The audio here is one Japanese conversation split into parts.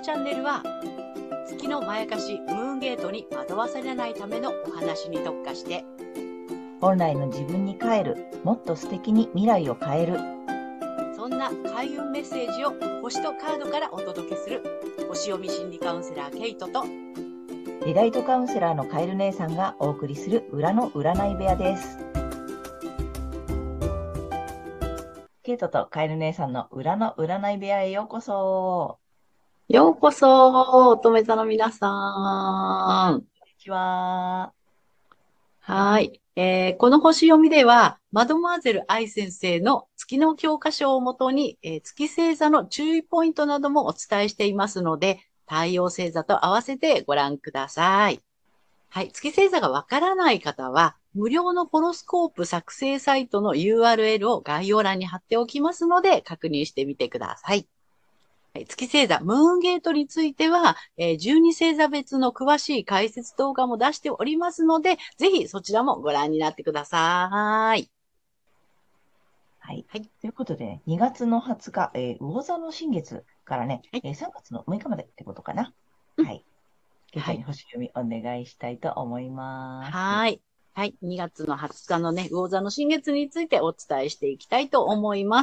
チャンネルは月のまやかしムーンゲートに惑わされないためのお話に特化して、 本来の自分に帰る、もっと素敵に未来を変える、 そんな開運メッセージを星とカードからお届けする星読み心理カウンセラーケイトとリライトカウンセラーのカエル姉さんがお送りする裏の占い部屋です。ケイトとカエル姉さんの裏の占い部屋へようこそ。 ようこそ、乙女座の皆さん。 こんにちは。 はい。この星読みでは、マドモアゼル愛先生の月の教科書をもとに、月星座の注意ポイントなどもお伝えしていますので、太陽星座と合わせてご覧ください。はい。月星座がわからない方は、無料のホロスコープ作成サイトの URL を概要欄に貼っておきますので、確認してみてください。月星座、ムーンゲートについては、12星座別の詳しい解説動画も出しておりますので、ぜひそちらもご覧になってください。 はい。ということで、2月の20日、魚座の新月からね、 はい 3月の6日までってことかな。はい。ケイトに星読みお願いしたいと思います。 はい。はい。2月の20日のね、魚座の新月についてお伝えしていきたいと思います。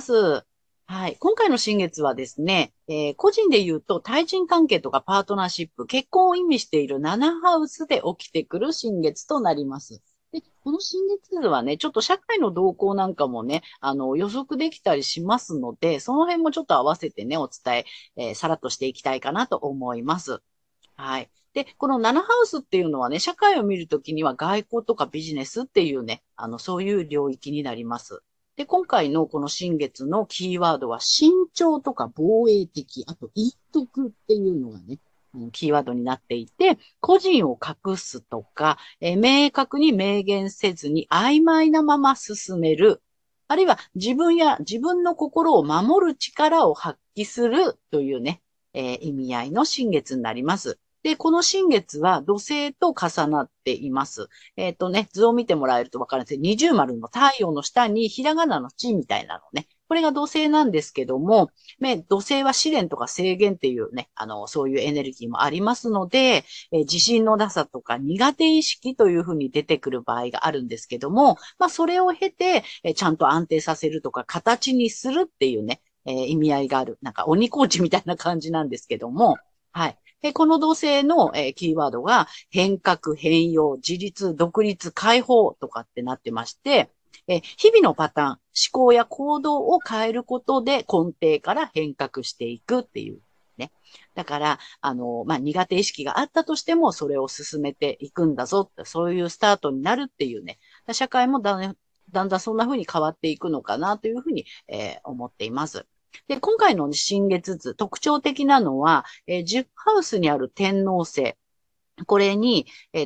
はい。今回の新月はですね、個人で言うと対人関係とかパートナーシップ、結婚を意味している7ハウスで起きてくる新月となります。で、この新月はね、ちょっと社会の動向なんかもね、予測できたりしますので、その辺もちょっと合わせてね、お伝え、さらっとしていきたいかなと思います。はい。で、この7ハウスっていうのはね、社会を見るときには外交とかビジネスっていうね、そういう領域になります。で、今回のこの新月のキーワードは、慎重とか防衛的、あと、言っとくっていうのがね、キーワードになっていて、個人を隠すとか、明確に明言せずに曖昧なまま進める、あるいは自分や自分の心を守る力を発揮するというね、意味合いの新月になります。で、この新月は土星と重なっています。図を見てもらえるとわかるんですけど、二重丸の太陽の下にひらがなの地みたいなのね。これが土星なんですけども、土星は試練とか制限っていうね、そういうエネルギーもありますので、自信のなさとか苦手意識というふうに出てくる場合があるんですけども、それを経て、ちゃんと安定させるとか形にするっていうね、意味合いがある。なんか鬼コーチみたいな感じなんですけども、はい。この土星の、キーワードが変革、変容、自立、独立、解放とかってなってまして、日々のパターン、思考や行動を変えることで根底から変革していくっていうね。だから、苦手意識があったとしても、それを進めていくんだぞ、そういうスタートになるっていうね。社会もだんだんそんな風に変わっていくのかなというふうに、思っています。で、今回の新月図、特徴的なのは、10ハウスにある天王星。これに、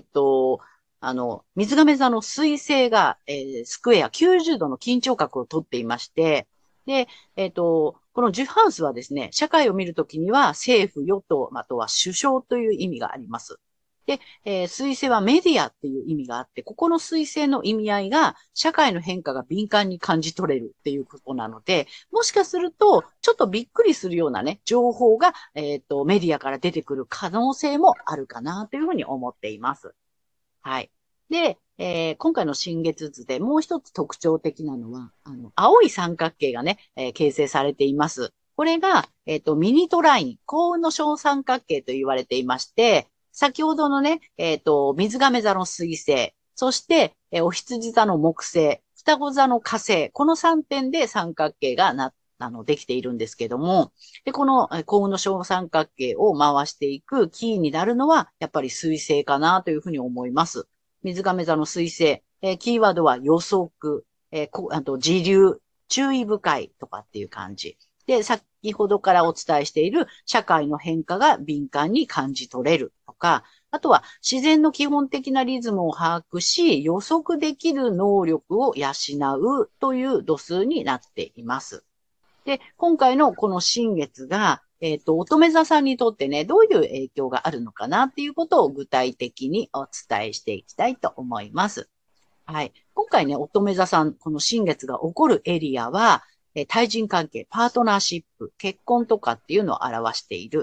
水亀座の水星が、スクエア90度の緊張角をとっていまして、で、この10ハウスはですね、社会を見るときには政府、与党、あとは首相という意味があります。で、水星はメディアっていう意味があって、ここの水星の意味合いが社会の変化が敏感に感じ取れるっていうことなので、もしかすると、ちょっとびっくりするようなね、情報が、メディアから出てくる可能性もあるかなというふうに思っています。はい。で、今回の新月図でもう一つ特徴的なのは、青い三角形がね、形成されています。これが、ミニトライン、幸運の小三角形と言われていまして、先ほどのね、水亀座の水星、そして、お羊座の木星、双子座の火星、この3点で三角形ができているんですけども、で、この幸運の小三角形を回していくキーになるのは、やっぱり水星かなというふうに思います。水亀座の水星、キーワードは予測、あと自流、注意深いとかっていう感じ。で、先ほどからお伝えしている社会の変化が敏感に感じ取れるとか、あとは自然の基本的なリズムを把握し、予測できる能力を養うという度数になっています。で、今回のこの新月が、乙女座さんにとってね、どういう影響があるのかなっていうことを具体的にお伝えしていきたいと思います。はい。今回ね、乙女座さん、この新月が起こるエリアは、対人関係、パートナーシップ、結婚とかっていうのを表している。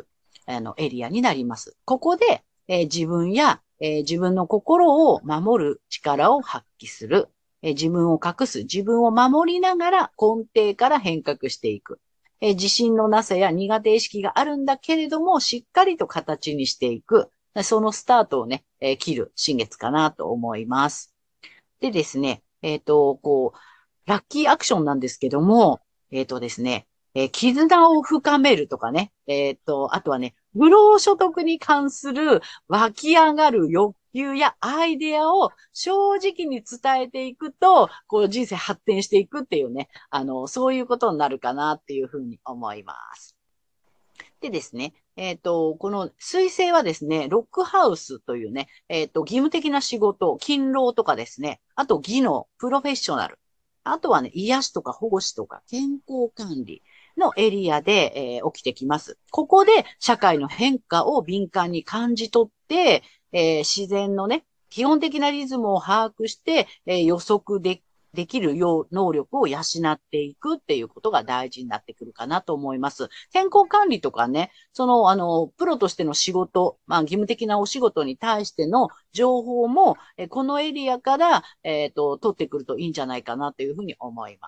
エリアになります。ここで、自分や、自分の心を守る力を発揮する。自分を隠す、自分を守りながら根底から変革していく。自信のなさや苦手意識があるんだけれども、しっかりと形にしていく。そのスタートをね、切る新月かなと思います。でですね、ラッキーアクションなんですけども、ですね、絆を深めるとかね、あとはね、不労所得に関する湧き上がる欲求やアイデアを正直に伝えていくと、こう人生発展していくっていうね、そういうことになるかなっていうふうに思います。でですね、この水星はですね、ロックハウスというね、義務的な仕事、勤労とかですね、あと技能、プロフェッショナル、あとはね、癒しとか保護士とか健康管理のエリアで、起きてきます。ここで社会の変化を敏感に感じ取って、自然のね、基本的なリズムを把握して、予測できる能力を養っていくっていうことが大事になってくるかなと思います。健康管理とかね、プロとしての仕事、義務的なお仕事に対しての情報も、このエリアから、取ってくるといいんじゃないかなというふうに思います。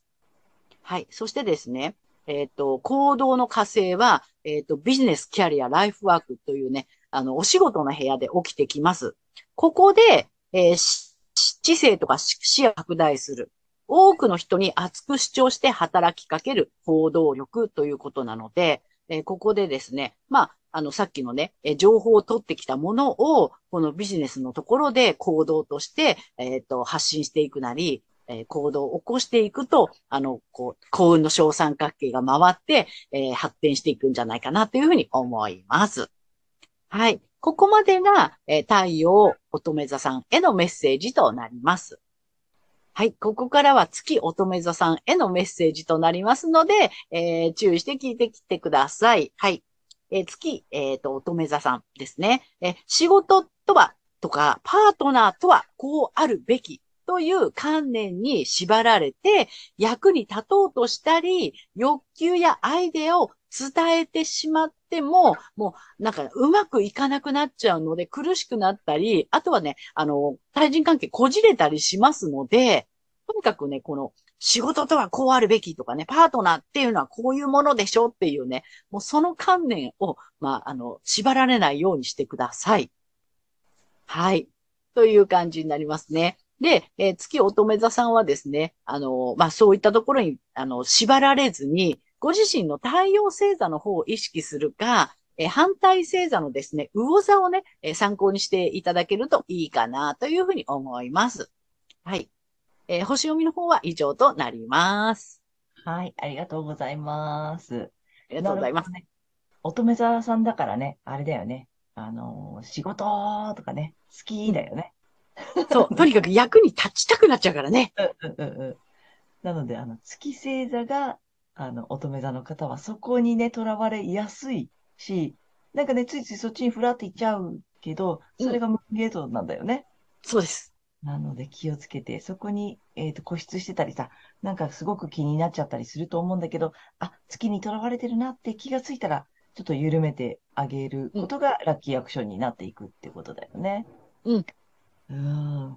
はい。そしてですね、行動の火星は、ビジネス、キャリア、ライフワークというね、お仕事の部屋で起きてきます。ここで、知性とか視野拡大する。多くの人に熱く主張して働きかける行動力ということなので、ここでですね、さっきのね、情報を取ってきたものを、このビジネスのところで行動として、発信していくなり、行動を起こしていくと、幸運の小三角形が回って、発展していくんじゃないかなというふうに思います。はい。ここまでが、太陽乙女座さんへのメッセージとなります。はい。ここからは月乙女座さんへのメッセージとなりますので、注意して聞いてきてください。はい。月、乙女座さんですね。仕事とは、とか、パートナーとはこうあるべきという観念に縛られて、役に立とうとしたり、欲求やアイデアを伝えてしまっても、もうなんかうまくいかなくなっちゃうので苦しくなったり、あとはね、対人関係こじれたりしますので、とにかくね、この仕事とはこうあるべきとかね、パートナーっていうのはこういうものでしょっていうね、もうその観念を、縛られないようにしてください。はい。という感じになりますね。で、月乙女座さんはですね、そういったところに、縛られずに、ご自身の太陽星座の方を意識するか、反対星座のですね、魚座をね、参考にしていただけるといいかなというふうに思います。はい。星読みの方は以上となります。 はい、ありがとうございます。 ありがとうなございます。 るほどね。乙女座さんだからね、あれだよね。仕事とかね、好きうん。 だよね。 そう、とにかく役に立ちたくなっちゃうからね。 うんうんうん。なので、月星座が、乙女座の方はそこにね、とらわれやすいし、なんかね、ついついそっちにふらっていっちゃうけど、 うん、 それが無ゲートなんだよね。 そうです。 なので気をつけて、そこに、固執してたりさ、なんかすごく気になっちゃったりすると思うんだけど、あ、月にとらわれてるなって気がついたら、ちょっと緩めてあげるうん、 ことがラッキーアクションになっていくってことだよね。 うん、 うん。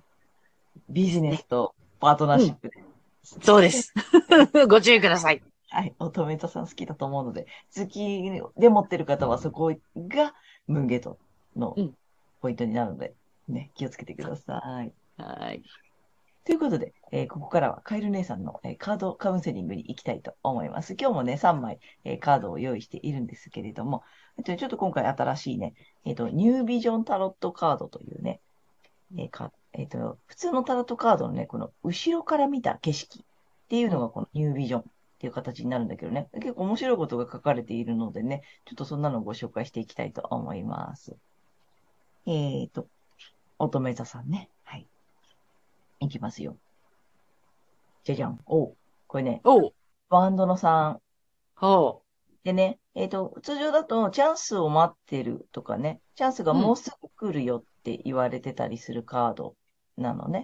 ビジですね。 ネスとパートナーうん、 シップで。 そうです。ご注意ください。 はい、乙女座さん好きだと思うので、月で持ってる方はそこがムーンゲートのうん、 ポイントになるので、ね、気をつけてください。 はい。 ということで、ここからはカエル姉さんの、カードカウンセリングに行きたいと思います。今日もね、3枚、カードを用意しているんですけれども、ちょっと今回新しいね、ニュービジョンタロットカードというね、普通のタロットカードのね、この後ろから見た景色っていううん、 のがこのニュービジョンっていう形になるんだけどね、結構面白いことが書かれているのでね、ちょっとそんなのをご紹介していきたいと思います。えっと、乙女座さんね。はい。いきますよ。じゃじゃん。おこれね、 おう、 バンドの3。 ほでね、通常だとチャンスを待ってるとかね、チャンスがう、うん、 もうすぐ来るよって言われてたりするカードなのね。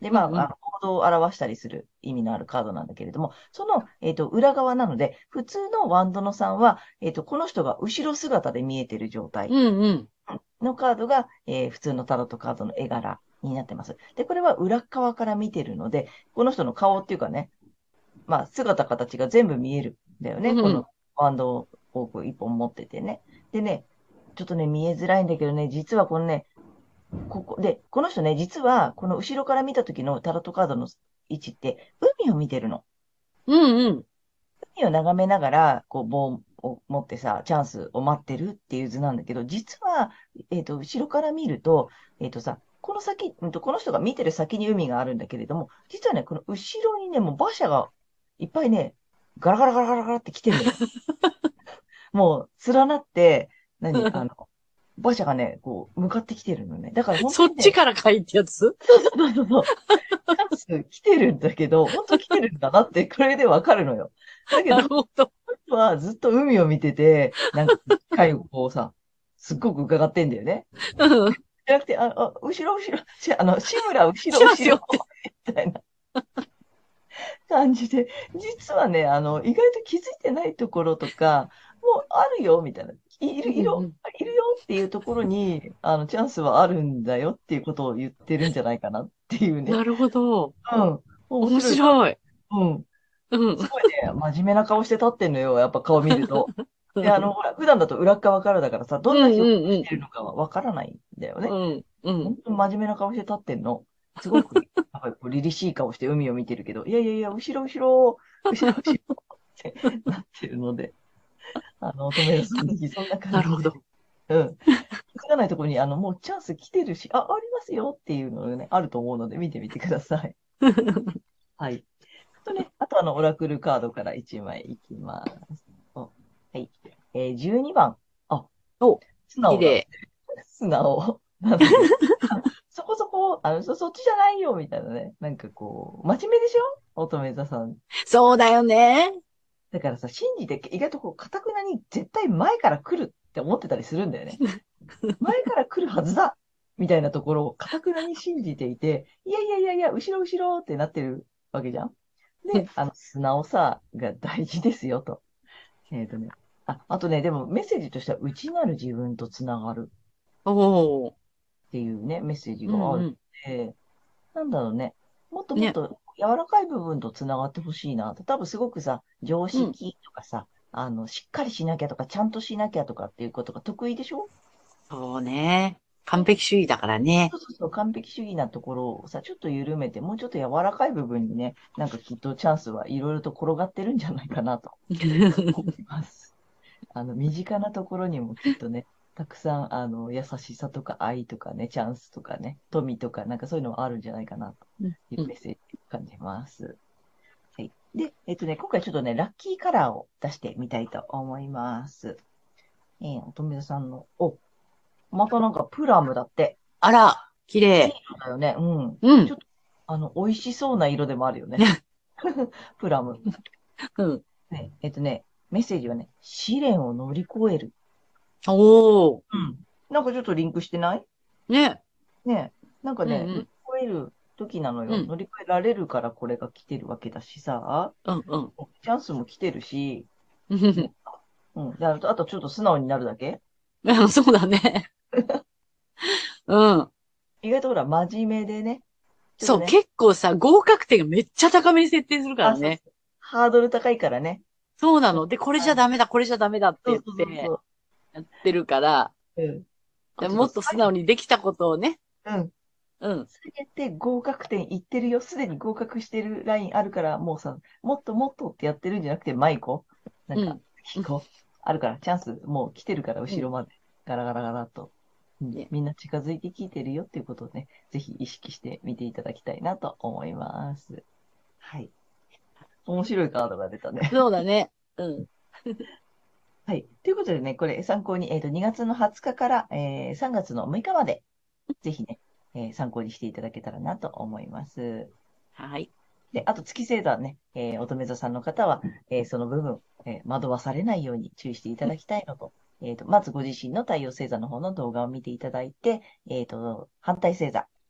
で、 うんうん。 行動を表したりする意味のあるカードなんだけれども、その、裏側なので、普通のワンドの3は、この人が後ろ姿で見えている状態うんうん。 のカードが、普通のタロットカードの絵柄になってます。で、これは裏側から見てるので、この人の顔っていうかね、姿形が全部見えるんだよね。 うん。 このワンドをこう一本持っててね。でね、ちょっとね、見えづらいんだけどね、実はこのね、この人ね、実は、この後ろから見た時のタロットカードの位置って、海を見てるの。 うんうん。 海を眺めながら、こう、棒を持ってさ、チャンスを待ってるっていう図なんだけど、実は、後ろから見ると、この先、この人が見てる先に海があるんだけれども、実はね、この後ろにね、もう馬車がいっぱいね、ガラガラガラガラガラって来てんのよ。もう、連なって、馬車がね、こう、向かってきてるのね。だから本当そっにね、 ちから書いてやつ。 そうそうそう。チャンス来てるんだけど、本当来てるんだなって、これでわかるのよ。だけど、 なるほど。 はずっと海を見てて、なんか、機械をこうさ、すっごく伺ってんだよね。 うん。 じゃなくて、後ろ、後ろ、志村、後ろ、 来ます後ろ、 よって。 みたいな感じで、実はね、意外と気づいてないところとか、もうあるよ、みたいな。 うんういるよっていうところに、チャンスはあるんだよっていうことを言ってるんじゃないかなっていうん。なね。 るほど。 うん。面面白いか。 白い。 うん。 うん。 すごいね、真面目な顔して立ってんのよ、やっぱ顔見ると。で、ほら、普段だと裏っ側からだからさ、どうんな表情んうんしてるのかはわからないんだよね。 うん。うん。 本当に真面目な顔して立ってんの。すごく、やっぱりこう凛々しい顔して海を見てるけど、いやいやいや、後ろ後ろ、後ろ後ろってなってるので、乙女座さんの時そんな感じで、 なるほど。 うん。気づかないところに、もうチャンス来てるし、ありますよっていうのがね、あると思うので、見てみてください。はい。あとオラクルカードから1枚いきます。はい。12番。あ、 お、 素直だ。 綺麗。 素直。なので、そこそこ、そっちじゃないよ、みたいなね。なんかこう、真面目でしょ乙女座さん。 そうだよね。 だからさ、信じて、意外とこう、かたくなに絶対前から来るって思ってたりするんだよね。前から来るはずだみたいなところをかたくなに信じていて、いやいやいやいや、後ろ後ろってなってるわけじゃん。で、素直さが大事ですよと。えっとね。あとね、でもメッセージとしては、内なる自分とつながるおー。 っていうね、メッセージうんがあるのうん。 で、なんだろうね。もっともっね。 と柔らかい部分とつながってほしいなと。多分すごくさ、常うん。 識とかさ、しっかりしなきゃとか、ちゃんとしなきゃとかっていうことが得意でしょ？ そうね。完ね。 璧主義だからね。 そうそうそう、完璧主義なところをさ、ちょっと緩めて、もうちょっと柔らかい部分にね、なんかきっとチャンスはいろいろと転がってるんじゃないかなと思います。身近なところにもきっとね、たくさん、優しさとか愛とかね、チャンスとかね、富とか、なんかそういうのはあるんじゃないかなとうんうん。 いうメッセージを感じます。はい。で、今回ちょっとね、ラッキーカラーを出してみたいと思います。乙女座さんの、またなんかプラムだって。 あら、綺いい麗。 色だよね。うん。 うん。 ちょっと、美味しそうな色でもあるよね。 ね。 プラム。 うん。 ね、メッセージはね、試練を乗り越える。 おー。 うん。なんかちょっとリンクしてない？ ね。 ね。なんかね、乗りうんうん。 越える時なのよ。 うん。 乗り越えられるからこれが来てるわけだしさ、 うんうん。 チャンスも来てるし、ね。 うんうん。で、あとちょっと素直になるだけ。 うん。そうだね。うん。 意外とほら、真面目でね、ちょっそう、 とね、 結構さ、合格点がめっちゃ高めに設定するからそうね。 そう。ハードル高いからね。ちょっとそうなの。で、これじゃダメだ、これじゃダメだって言っそうそうそうて、 そやってるから、 う。うん。これちょっともっと素直にできたことをね。 うん。 うん。 すべて合格点いってるよ。すでに合格してるラインあるから、もうさ、もっともっとってやってるんじゃなくて、マイコなんか、 うん。 キコあるから、チャンスもう来てるから、 うん。 後ろまで。ガラガラガラと。うん、 ね。 みんな近づいてきてるよっていうことをね、ぜひ意識して見ていただきたいなと思います。はい。面白いカードが出たね。 そうだね。うん。 はい。ということでね、これ参考に、2月の20日から、3月の6日まで、ぜひね、参考にしていただけたらなと思います。 はい。 で、あと月星座ね、乙女座さんの方は、その部分、惑わされないように注意していただきたいのと、まずご自身の太陽星座の方の動画を見ていただいて、反対星座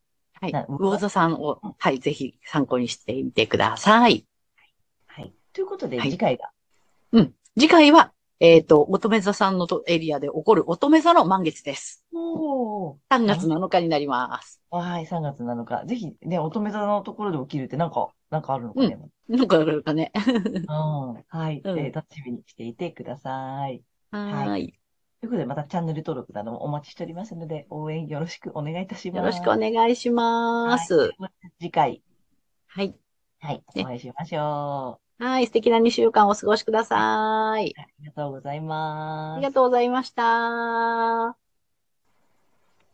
はい。 な、 魚座さんを、 うんはい、ぜひ参考にしてみてください。 はい。ということで、 はい。 次回が、 うん。次回は、乙女座さんのとエリアで起こる乙女座の満月です。 おー、 3月楽し 7日になります。 み。はい、3月7日。ぜひね、乙女座のところで起きるってなんかあるのかね。 うん。なんかあるかね。 うん。はい。 うん。 楽しみにしていてください。はい。 はーい。 ということで、またチャンネル登録などもお待ちしておりますので、応援よろしくお願いいたしよろしくおます。 願いしまはい。 す。 次回、 はい。 はい、おね。 会いしましょう。 はい。素敵な2週間お過ごしくだはい。 さい。 ありがとうございます。 ありがとうございました。